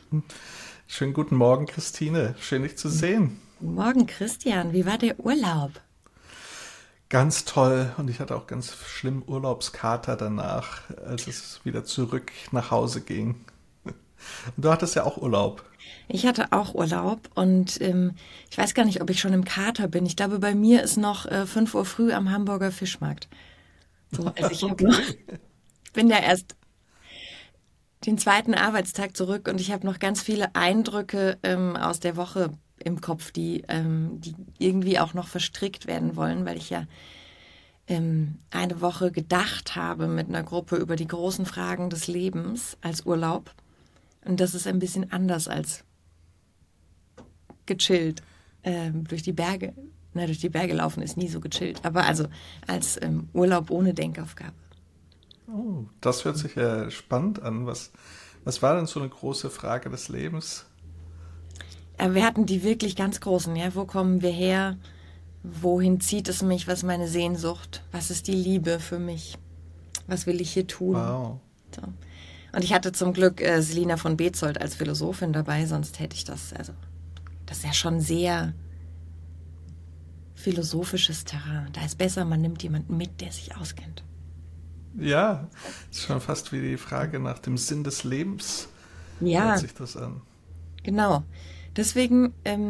Schönen guten Morgen, Christine. Schön, dich zu sehen. Guten Morgen, Christian. Wie war der Urlaub? Ganz toll. Und ich hatte auch ganz schlimm Urlaubskater danach, als es wieder zurück nach Hause ging. Und du hattest ja auch Urlaub. Ich hatte auch Urlaub und ich weiß gar nicht, ob ich schon im Kater bin. Ich glaube, bei mir ist noch 5 Uhr früh am Hamburger Fischmarkt. So, also Okay. ich bin ja erst den zweiten Arbeitstag zurück und ich habe noch ganz viele Eindrücke aus der Woche im Kopf, die irgendwie auch noch verstrickt werden wollen, weil ich ja eine Woche gedacht habe mit einer Gruppe über die großen Fragen des Lebens als Urlaub. Und das ist ein bisschen anders als gechillt durch die Berge. Na, durch die Berge laufen ist nie so gechillt, aber also als Urlaub ohne Denkaufgabe. Oh, das hört sich ja spannend an. Was war denn so eine große Frage des Lebens? Aber wir hatten die wirklich ganz großen, ja. Wo kommen wir her? Wohin zieht es mich? Was ist meine Sehnsucht? Was ist die Liebe für mich? Was will ich hier tun? Wow. So. Und ich hatte zum Glück Selina von Bezold als Philosophin dabei, sonst hätte ich das, also das ist ja schon sehr philosophisches Terrain. Da ist besser, man nimmt jemanden mit, der sich auskennt. Ja, ist schon fast wie die Frage nach dem Sinn des Lebens, hört Ja, sich das an. genau. Deswegen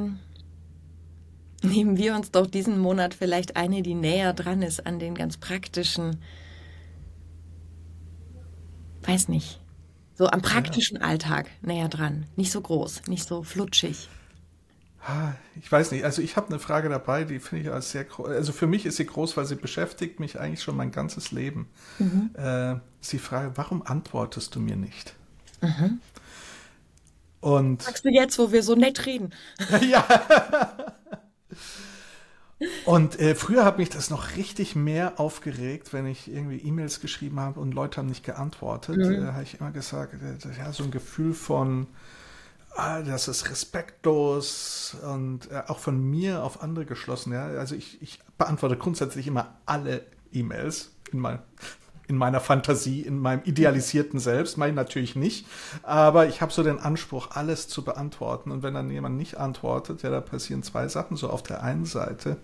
nehmen wir uns doch diesen Monat vielleicht eine, die näher dran ist an den ganz praktischen, weiß nicht, so am Ja. praktischen Alltag näher dran. Nicht so groß, nicht so flutschig. Ich weiß nicht, also ich habe eine Frage dabei, die finde ich als sehr groß. Also für mich ist sie groß, weil sie beschäftigt mich eigentlich schon mein ganzes Leben. Mhm. Ist die Frage, warum antwortest du mir nicht? Und Sagst du jetzt, wo wir so nett reden? ja, und früher hat mich das noch richtig mehr aufgeregt, wenn ich irgendwie E-Mails geschrieben habe und Leute haben nicht geantwortet. Mhm. Habe ich immer gesagt, ja, so ein Gefühl von, das ist respektlos und auch von mir auf andere geschlossen. Ja? Also ich beantworte grundsätzlich immer alle E-Mails in meiner Fantasie, in meinem idealisierten Selbst. Meine natürlich nicht, aber ich habe so den Anspruch, alles zu beantworten. Und wenn dann jemand nicht antwortet, ja, da passieren zwei Sachen. So auf der einen Seite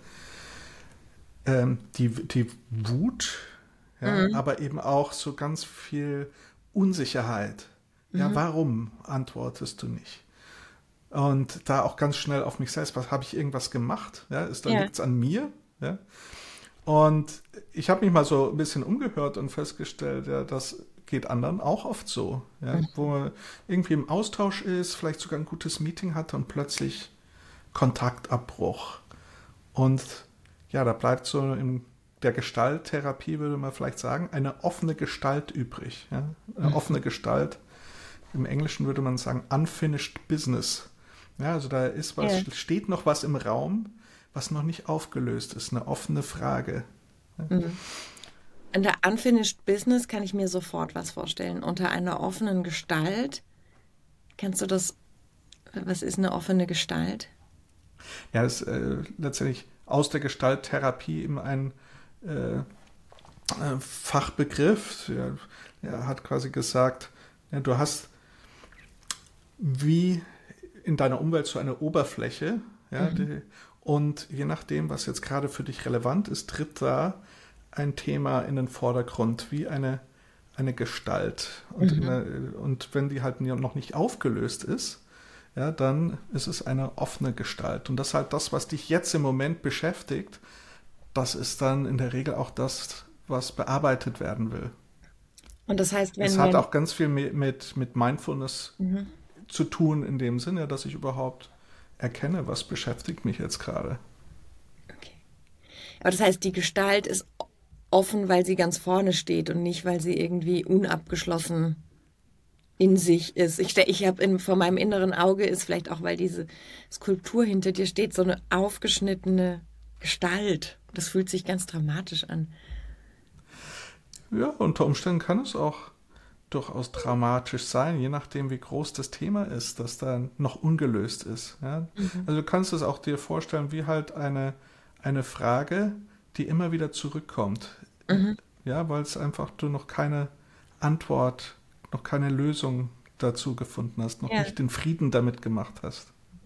die Wut, ja, Mhm. aber eben auch so ganz viel Unsicherheit. Ja, Mhm. warum antwortest du nicht? Und da auch ganz schnell auf mich selbst, was habe ich irgendwas gemacht? Ja, Ja. liegt es an mir? Ja? Und ich habe mich mal so ein bisschen umgehört und festgestellt, ja, das geht anderen auch oft so, ja, wo man irgendwie im Austausch ist, vielleicht sogar ein gutes Meeting hatte und plötzlich Kontaktabbruch. Und ja, da bleibt so in der Gestalttherapie, würde man vielleicht sagen, eine offene Gestalt übrig. Ja? Eine offene Gestalt. Im Englischen würde man sagen unfinished business. Ja, also da ist was, Ja. steht noch was im Raum, was noch nicht aufgelöst ist, eine offene Frage. Mhm. Unter Unfinished Business kann ich mir sofort was vorstellen. Unter einer offenen Gestalt, kennst du das? Was ist eine offene Gestalt? Ja, das ist letztendlich aus der Gestalttherapie eben ein Fachbegriff. Er hat quasi gesagt, ja, du hast wie in deiner Umwelt so eine Oberfläche, ja, Mhm. und je nachdem, was jetzt gerade für dich relevant ist, tritt da ein Thema in den Vordergrund, wie eine Gestalt. Mhm. Und wenn die halt noch nicht aufgelöst ist, ja, dann ist es eine offene Gestalt. Und das ist halt das, was dich jetzt im Moment beschäftigt, das ist dann in der Regel auch das, was bearbeitet werden will. Und das heißt, Es wenn hat wir. auch ganz viel mit Mindfulness Mhm. zu tun, in dem Sinne, dass ich überhaupt erkenne, was beschäftigt mich jetzt gerade. Okay. Aber das heißt, die Gestalt ist offen, weil sie ganz vorne steht und nicht, weil sie irgendwie unabgeschlossen in sich ist. Ich habe vor meinem inneren Auge ist vielleicht auch, weil diese Skulptur hinter dir steht, so eine aufgeschnittene Gestalt. Das fühlt sich ganz dramatisch an. Ja, unter Umständen kann es auch durchaus dramatisch sein, je nachdem, wie groß das Thema ist, das dann noch ungelöst ist. Ja? Mhm. Also du kannst es auch dir vorstellen, wie halt eine Frage, die immer wieder zurückkommt. Mhm. Ja, weil es einfach du noch keine Antwort, noch keine Lösung dazu gefunden hast, noch Ja. nicht den Frieden damit gemacht hast.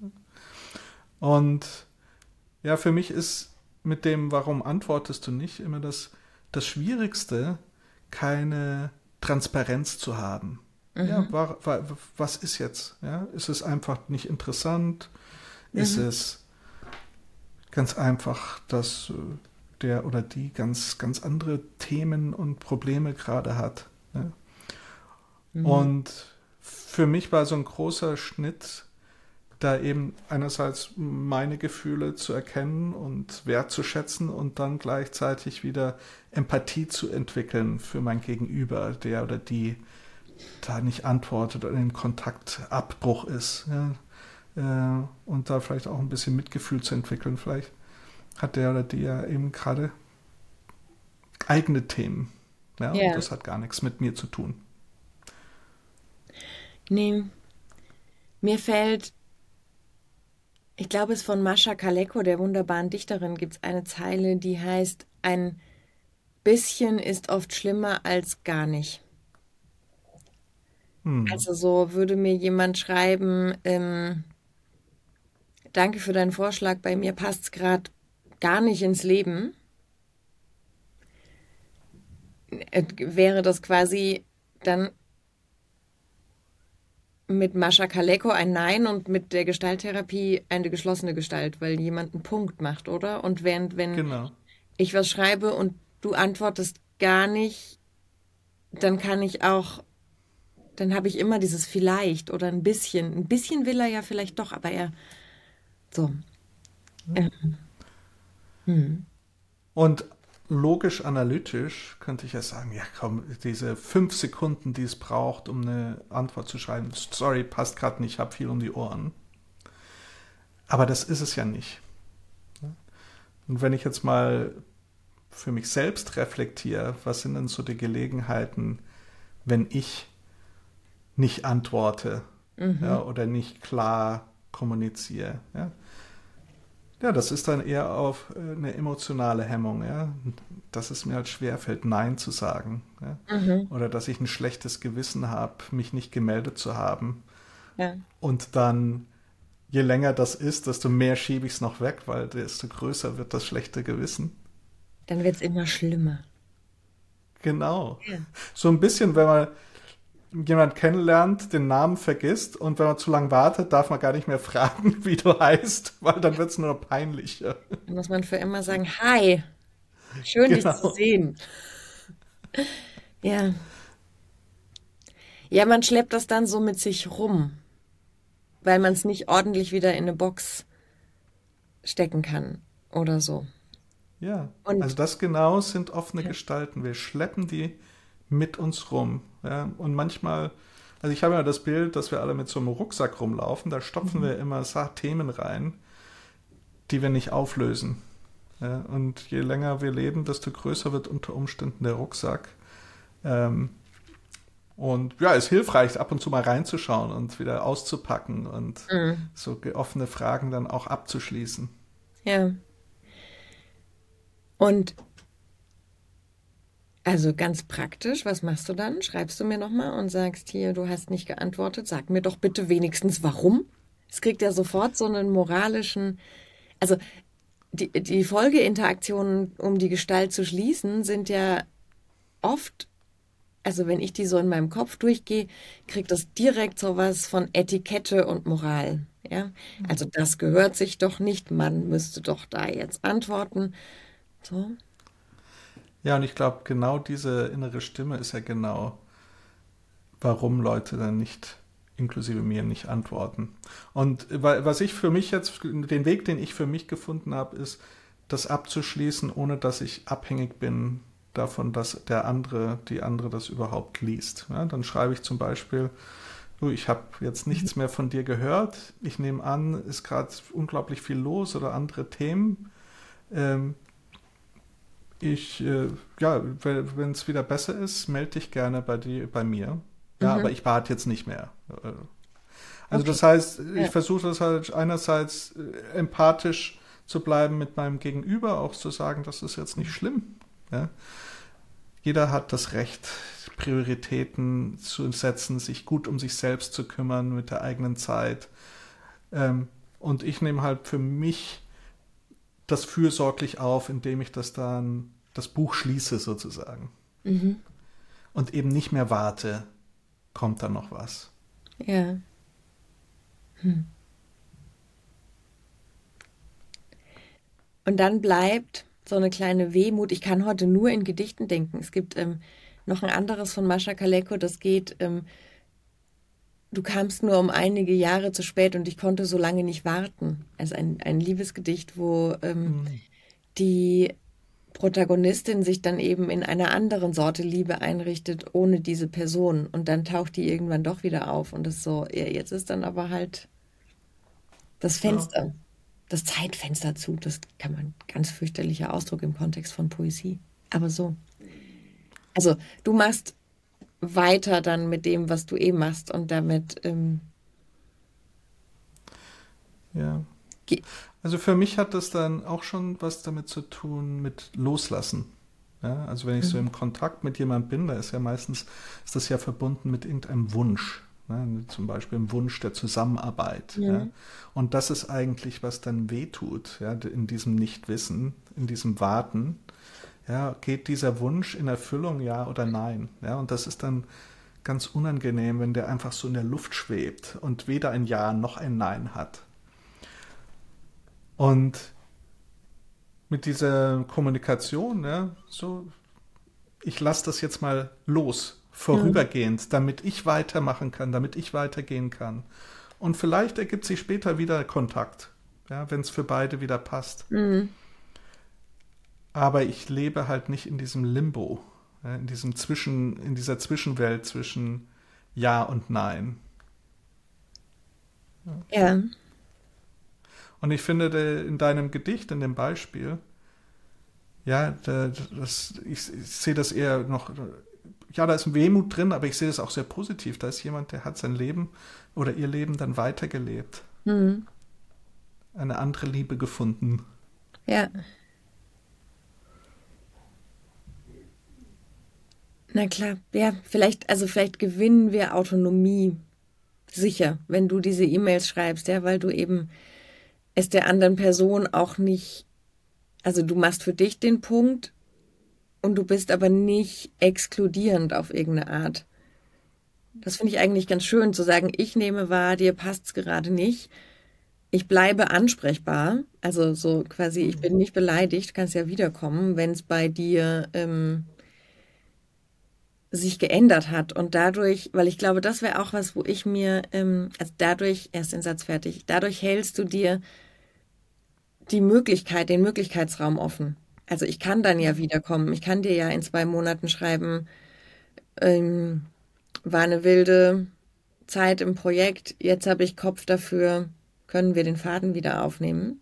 Und ja, für mich ist mit dem, warum antwortest du nicht, immer das Schwierigste, keine Transparenz zu haben. Ja, Mhm. was ist jetzt? Ja, ist es einfach nicht interessant? Ist Mhm. es ganz einfach, dass der oder die ganz, ganz andere Themen und Probleme gerade hat? Ja? Mhm. Und für mich war so ein großer Schnitt, da eben einerseits meine Gefühle zu erkennen und wertzuschätzen und dann gleichzeitig wieder Empathie zu entwickeln für mein Gegenüber, der oder die da nicht antwortet oder in Kontaktabbruch ist. Ja? Und da vielleicht auch ein bisschen Mitgefühl zu entwickeln. Vielleicht hat der oder die ja eben gerade eigene Themen. Ja? Und Ja. das hat gar nichts mit mir zu tun. Nee, mir fällt, ich glaube, es ist von Mascha Kaleko, der wunderbaren Dichterin, gibt es eine Zeile, die heißt, ein bisschen ist oft schlimmer als gar nicht. Hm. Also so würde mir jemand schreiben, danke für deinen Vorschlag, bei mir passt es gerade gar nicht ins Leben, wäre das quasi dann mit Mascha Kaleko ein Nein und mit der Gestalttherapie eine geschlossene Gestalt, weil jemand einen Punkt macht, oder? Und während, wenn Genau. ich was schreibe und du antwortest gar nicht, dann kann ich auch, dann habe ich immer dieses vielleicht oder ein bisschen. Ein bisschen will er ja vielleicht doch, aber er, so. Äh, hm. Und logisch-analytisch könnte ich ja sagen, ja komm, diese 5 Sekunden, die es braucht, um eine Antwort zu schreiben, sorry, passt gerade nicht, hab viel um die Ohren. Aber das ist es ja nicht. Und wenn ich jetzt mal für mich selbst reflektiere, was sind denn so die Gelegenheiten, wenn ich nicht antworte, Mhm. ja, oder nicht klar kommuniziere. Ja? Ja, das ist dann eher auf eine emotionale Hemmung, ja, dass es mir halt schwerfällt, Nein zu sagen, ja? Mhm. Oder dass ich ein schlechtes Gewissen habe, mich nicht gemeldet zu haben. Ja. Und dann, je länger das ist, desto mehr schiebe ich es noch weg, weil desto größer wird das schlechte Gewissen. Dann wird es immer schlimmer. Genau. Ja. So ein bisschen, wenn man jemand kennenlernt, den Namen vergisst und wenn man zu lange wartet, darf man gar nicht mehr fragen, wie du heißt, weil dann wird es nur noch peinlicher. Dann muss man für immer sagen, hi, schön dich zu Genau. sehen. Ja. Ja, man schleppt das dann so mit sich rum, weil man es nicht ordentlich wieder in eine Box stecken kann oder so. Ja, also Und das genau sind offene ja. Gestalten. Wir schleppen die mit uns rum. Ja? Und manchmal, also ich habe ja das Bild, dass wir alle mit so einem Rucksack rumlaufen, da stopfen Mhm. wir immer Themen rein, die wir nicht auflösen. Ja? Und je länger wir leben, desto größer wird unter Umständen der Rucksack. Ähm, und ja, ist hilfreich, ab und zu mal reinzuschauen und wieder auszupacken und Mhm. so offene Fragen dann auch abzuschließen. Ja. Und also ganz praktisch, was machst du dann? Schreibst du mir nochmal und sagst hier, du hast nicht geantwortet, sag mir doch bitte wenigstens warum. Es kriegt ja sofort so einen moralischen, also die Folgeinteraktionen, um die Gestalt zu schließen, sind ja oft, also wenn ich die so in meinem Kopf durchgehe, kriegt das direkt sowas von Etikette und Moral. Ja, also das gehört sich doch nicht, man müsste doch da jetzt antworten. So. Ja, und ich glaube, genau diese innere Stimme ist ja genau, warum Leute dann nicht, inklusive mir, nicht antworten. Und was ich für mich jetzt, den Weg, den ich für mich gefunden habe, ist, das abzuschließen, ohne dass ich abhängig bin davon, dass die andere das überhaupt liest. Ja, dann schreibe ich zum Beispiel, du, ich habe jetzt nichts mehr von dir gehört. Ich nehme an, ist gerade unglaublich viel los oder andere Themen. Ähm, ja, wenn es wieder besser ist, melde dich gerne bei mir. Ja, aber Mhm. ich warte jetzt nicht mehr. Also Okay. das heißt, ich Ja. versuche das halt einerseits empathisch zu bleiben mit meinem Gegenüber, auch zu sagen, das ist jetzt nicht schlimm. Ja? Jeder hat das Recht, Prioritäten zu setzen, sich gut um sich selbst zu kümmern mit der eigenen Zeit. Und ich nehme halt für mich das fürsorglich auf, indem ich das Buch schließe sozusagen. Mhm. Und eben nicht mehr warte, kommt da noch was. Ja. Und dann bleibt so eine kleine Wehmut. Ich kann heute nur in Gedichten denken. Es gibt noch ein anderes von Mascha Kaleko, das geht, du kamst nur um einige Jahre zu spät und ich konnte so lange nicht warten. Also ein Liebesgedicht, wo die Protagonistin sich dann eben in einer anderen Sorte Liebe einrichtet, ohne diese Person. Und dann taucht die irgendwann doch wieder auf. Und das so, ja, jetzt ist dann aber halt das Ja. Fenster, das Zeitfenster zu. Das kann man, ganz fürchterlicher Ausdruck im Kontext von Poesie. Aber so. Also du machst weiter dann mit dem, was du machst und damit Ja. ge- Also für mich hat das dann auch schon was damit zu tun mit Loslassen. Ja, also wenn ich so Mhm. im Kontakt mit jemandem bin, da ist ja meistens, ist das ja verbunden mit irgendeinem Wunsch. Ne? Zum Beispiel im Wunsch der Zusammenarbeit. Ja? Mhm. Und das ist eigentlich, was dann wehtut, ja? In diesem Nichtwissen, in diesem Warten. Ja, geht dieser Wunsch in Erfüllung, ja oder nein? Ja, und das ist dann ganz unangenehm, wenn der einfach so in der Luft schwebt und weder ein Ja noch ein Nein hat. Und mit dieser Kommunikation, ja, so, ich lasse das jetzt mal los, Mhm. vorübergehend, damit ich weitermachen kann, damit ich weitergehen kann. Und vielleicht ergibt sich später wieder Kontakt, ja, wenn es für beide wieder passt. Mhm. Aber ich lebe halt nicht in diesem Limbo, ja, in dieser Zwischenwelt zwischen Ja und Nein. Ja. Und ich finde, in deinem Gedicht, in dem Beispiel, ja, ich sehe das eher noch, ja, da ist Wehmut drin, aber ich sehe das auch sehr positiv. Da ist jemand, der hat sein Leben oder ihr Leben dann weitergelebt, Mhm. eine andere Liebe gefunden. Ja. Na klar. Ja, vielleicht, also vielleicht gewinnen wir Autonomie sicher, wenn du diese E-Mails schreibst, ja, weil du eben es der anderen Person auch nicht, also du machst für dich den Punkt und du bist aber nicht exkludierend auf irgendeine Art. Das finde ich eigentlich ganz schön, zu sagen, ich nehme wahr, dir passt's gerade nicht. Ich bleibe ansprechbar. Also so quasi, ich bin nicht beleidigt, kannst ja wiederkommen, wenn es bei dir sich geändert hat. Und dadurch, weil ich glaube, das wäre auch was, wo ich mir, also dadurch, erst den Satz fertig, dadurch hältst du dir die Möglichkeit, den Möglichkeitsraum offen. Also ich kann dann ja wiederkommen. Ich kann dir ja in 2 Monaten schreiben, ähm, war eine wilde Zeit im Projekt, jetzt habe ich Kopf dafür, können wir den Faden wieder aufnehmen.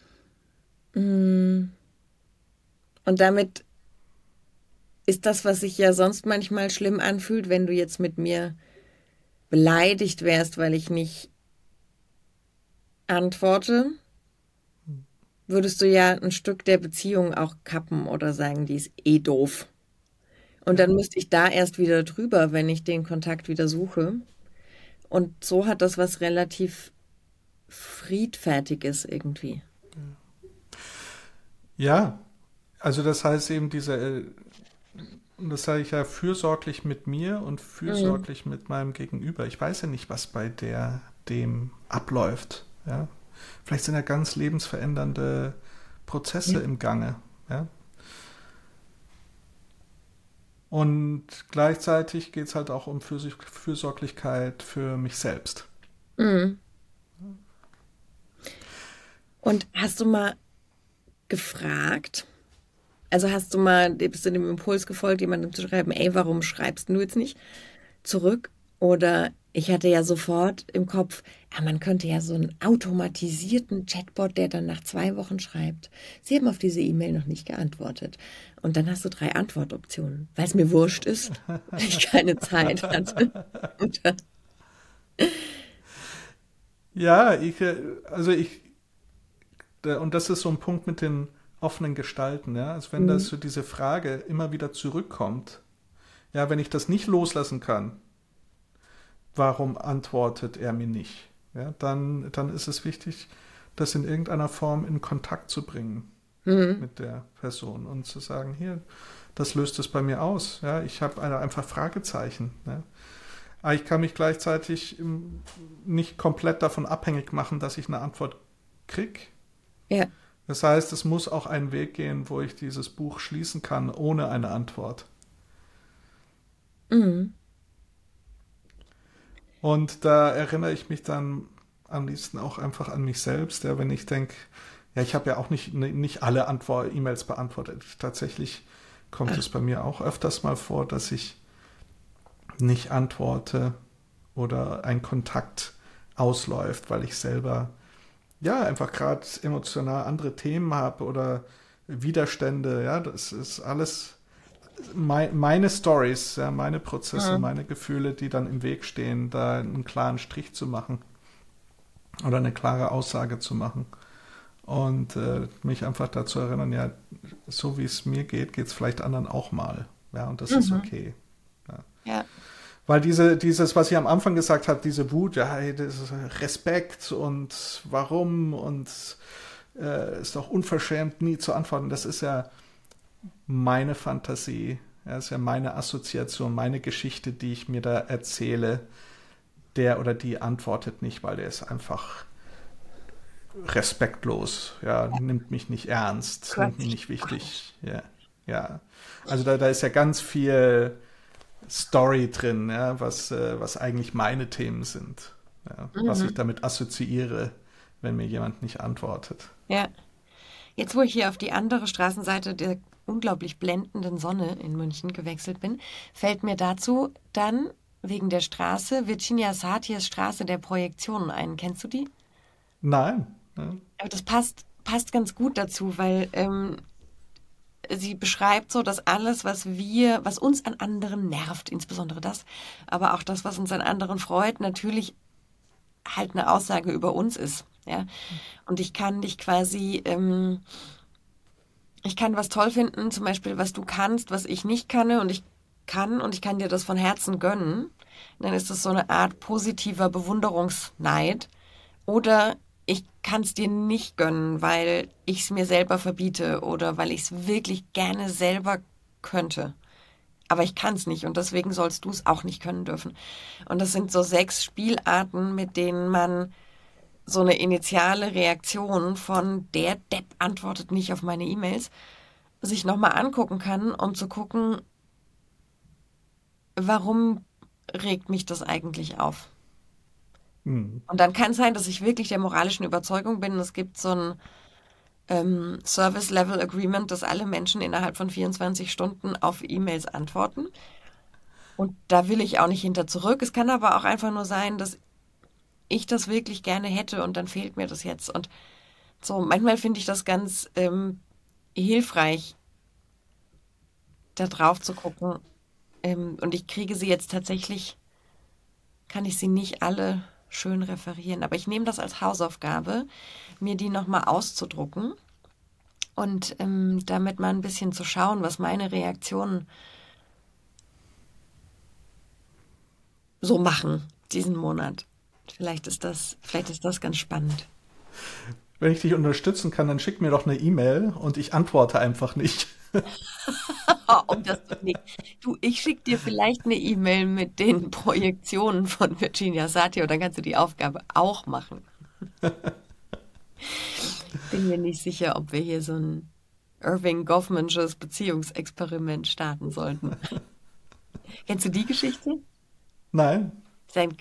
Mm. Und damit ist das, was sich ja sonst manchmal schlimm anfühlt, wenn du jetzt mit mir beleidigt wärst, weil ich nicht antworte, würdest du ja ein Stück der Beziehung auch kappen oder sagen, die ist eh doof. Und Ja, dann müsste ich da erst wieder drüber, wenn ich den Kontakt wieder suche. Und so hat das was relativ Friedfertiges irgendwie. ja, also das heißt eben und das sage ich ja, fürsorglich mit mir und Mhm. fürsorglich mit meinem Gegenüber. Ich weiß ja nicht, was bei dem abläuft. Ja? Vielleicht sind ja ganz lebensverändernde Ja. Prozesse im Gange. Ja? Und gleichzeitig geht es halt auch um Fürsorglichkeit für mich selbst. Mhm. Und hast du mal gefragt, also hast du mal, bist du dem Impuls gefolgt, jemandem zu schreiben, ey, warum schreibst du jetzt nicht zurück? Oder ich hatte ja sofort im Kopf, ja, man könnte ja so einen automatisierten Chatbot, der dann nach 2 Wochen schreibt. Sie haben auf diese E-Mail noch nicht geantwortet. Und dann hast du 3 Antwortoptionen, weil es mir wurscht ist, weil ich keine Zeit hatte. Und, Ja, und das ist so ein Punkt mit den offenen Gestalten, ja. Also wenn das mhm. so diese Frage immer wieder zurückkommt, Ja, wenn ich das nicht loslassen kann, warum antwortet er mir nicht? Ja, dann ist es wichtig, das in irgendeiner Form in Kontakt zu bringen Mhm. mit der Person und zu sagen, hier, das löst es bei mir aus. Ja, ich habe einfach Fragezeichen. Ja. Aber ich kann mich gleichzeitig nicht komplett davon abhängig machen, dass ich eine Antwort kriege. Ja. Das heißt, es muss auch einen Weg gehen, wo ich dieses Buch schließen kann ohne eine Antwort. Mhm. Und da erinnere ich mich dann am liebsten auch einfach an mich selbst, ja, wenn ich denke, ja, ich habe ja auch nicht alle E-Mails beantwortet. Tatsächlich kommt Ach, es bei mir auch öfters mal vor, dass ich nicht antworte oder ein Kontakt ausläuft, weil ich selber ja einfach gerade emotional andere Themen habe oder Widerstände. Ja, das ist alles meine Stories, ja, meine Prozesse, mhm. meine Gefühle, die dann im Weg stehen, da einen klaren Strich zu machen oder eine klare Aussage zu machen. Und mich einfach dazu erinnern, ja, so wie es mir geht, geht es vielleicht anderen auch mal. Ja, und das ist Mhm. okay. Ja. Ja. Weil dieses, was ich am Anfang gesagt habe, diese Wut, ja, hey, das ist Respekt und warum und ist doch unverschämt, nie zu antworten, das ist ja meine Fantasie, ja, ist ja meine Assoziation, meine Geschichte, die ich mir da erzähle. Der oder die antwortet nicht, weil der ist einfach respektlos, ja, nimmt mich nicht ernst, nimmt mich Quatsch. nicht wichtig, ja, ja. Also da ist ja ganz viel Story drin, ja, was eigentlich meine Themen sind, ja, was ich Mhm. damit assoziiere, wenn mir jemand nicht antwortet. Ja. Jetzt, wo ich hier auf die andere Straßenseite der unglaublich blendenden Sonne in München gewechselt bin, fällt mir dazu dann wegen der Straße Virginia Satirs Straße der Projektionen ein. Kennst du die? Nein, ja. Aber das passt ganz gut dazu, weil sie beschreibt so, dass alles, was uns an anderen nervt, insbesondere das, aber auch das, was uns an anderen freut, natürlich halt eine Aussage über uns ist. Ja? Und ich kann dich quasi, ich kann was toll finden, zum Beispiel, was du kannst, was ich nicht kann und ich kann dir das von Herzen gönnen. Dann ist das so eine Art positiver Bewunderungsneid. Oder ich kann es dir nicht gönnen, weil ich es mir selber verbiete oder weil ich es wirklich gerne selber könnte. Aber ich kann es nicht und deswegen sollst du es auch nicht können dürfen. Und das sind so 6 Spielarten, mit denen man so eine initiale Reaktion von der Depp antwortet nicht auf meine E-Mails, sich nochmal angucken kann, um zu gucken, warum regt mich das eigentlich auf? Hm. Und dann kann es sein, dass ich wirklich der moralischen Überzeugung bin, es gibt so ein Service Level Agreement, dass alle Menschen innerhalb von 24 Stunden auf E-Mails antworten. Und da will ich auch nicht hinter zurück. Es kann aber auch einfach nur sein, dass ich das wirklich gerne hätte und dann fehlt mir das jetzt. Und so, manchmal finde ich das ganz hilfreich, da drauf zu gucken. Und ich kriege sie jetzt tatsächlich, kann ich sie nicht alle schön referieren, aber ich nehme das als Hausaufgabe, mir die nochmal auszudrucken und damit mal ein bisschen zu schauen, was meine Reaktionen so machen diesen Monat. Vielleicht ist das ganz spannend. Wenn ich dich unterstützen kann, dann schick mir doch eine E-Mail und ich antworte einfach nicht. Um das zu, nee. Du, ich schicke dir vielleicht eine E-Mail mit den Projektionen von Virginia Satir und dann kannst du die Aufgabe auch machen. Bin mir nicht sicher, ob wir hier so ein Irving Goffmansches Beziehungsexperiment starten sollten. Kennst du die Geschichte? Nein. Ist ein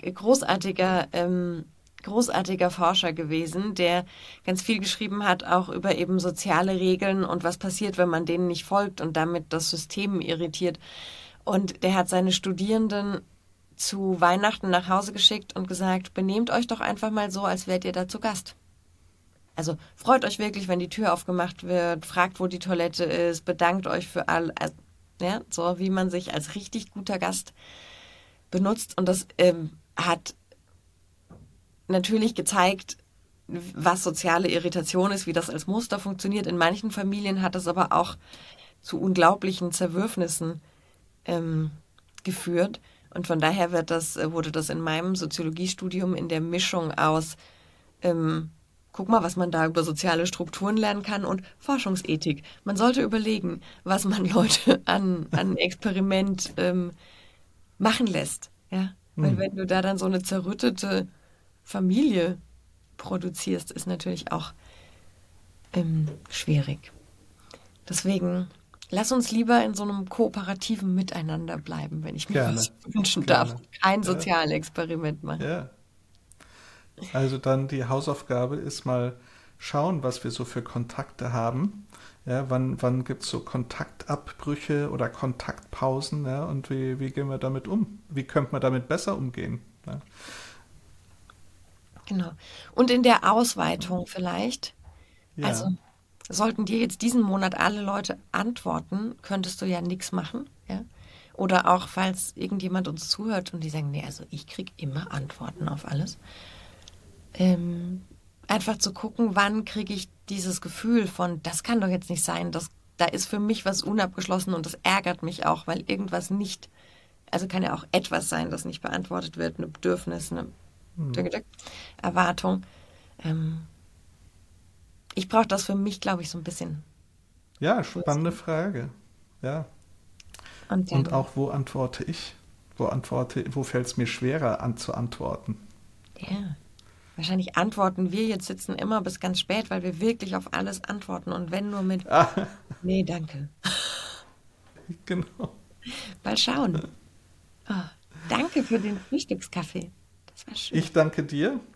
großartiger Forscher gewesen, der ganz viel geschrieben hat, auch über eben soziale Regeln und was passiert, wenn man denen nicht folgt und damit das System irritiert. Und der hat seine Studierenden zu Weihnachten nach Hause geschickt und gesagt, benehmt euch doch einfach mal so, als wärt ihr da zu Gast. Also freut euch wirklich, wenn die Tür aufgemacht wird, fragt, wo die Toilette ist, bedankt euch für all, also, ja, so wie man sich als richtig guter Gast benutzt. Und das hat natürlich gezeigt, was soziale Irritation ist, wie das als Muster funktioniert. In manchen Familien hat es aber auch zu unglaublichen Zerwürfnissen ähm, geführt. Und von daher wurde das in meinem Soziologiestudium in der Mischung aus, guck mal, was man da über soziale Strukturen lernen kann und Forschungsethik. Man sollte überlegen, was man Leute an Experiment machen lässt. Ja? Weil wenn du da dann so eine zerrüttete Familie produzierst, ist natürlich auch schwierig. Deswegen lass uns lieber in so einem kooperativen Miteinander bleiben, wenn ich mir Gerne, was wünschen darf. gerne. Kein Ja, Sozialexperiment machen. ja. Also dann die Hausaufgabe ist mal schauen, was wir so für Kontakte haben. Ja, wann gibt es so Kontaktabbrüche oder Kontaktpausen, ja, und wie gehen wir damit um? Wie könnte man damit besser umgehen? Ja, Genau. Und in der Ausweitung vielleicht, also ja. sollten dir jetzt diesen Monat alle Leute antworten, könntest du ja nichts machen, ja? Oder auch, falls irgendjemand uns zuhört und die sagen, nee, also ich kriege immer Antworten auf alles. Einfach zu gucken, wann kriege ich dieses Gefühl von, das kann doch jetzt nicht sein, da ist für mich was unabgeschlossen und das ärgert mich auch, weil irgendwas nicht, also kann ja auch etwas sein, das nicht beantwortet wird, eine Bedürfnis, eine Erwartung. Ähm, Ich brauche das für mich, glaube ich, so ein bisschen. Ja, spannende Frage. Ja. Und Und dann, auch, wo antworte ich? Wo fällt es mir schwerer zu antworten? ja, wahrscheinlich antworten wir jetzt sitzen immer bis ganz spät, weil wir wirklich auf alles antworten. Und wenn nur mit, Ah, nee, danke. genau. Mal schauen. Ah, danke für den Frühstückskaffee. Das war schön. Ich danke dir.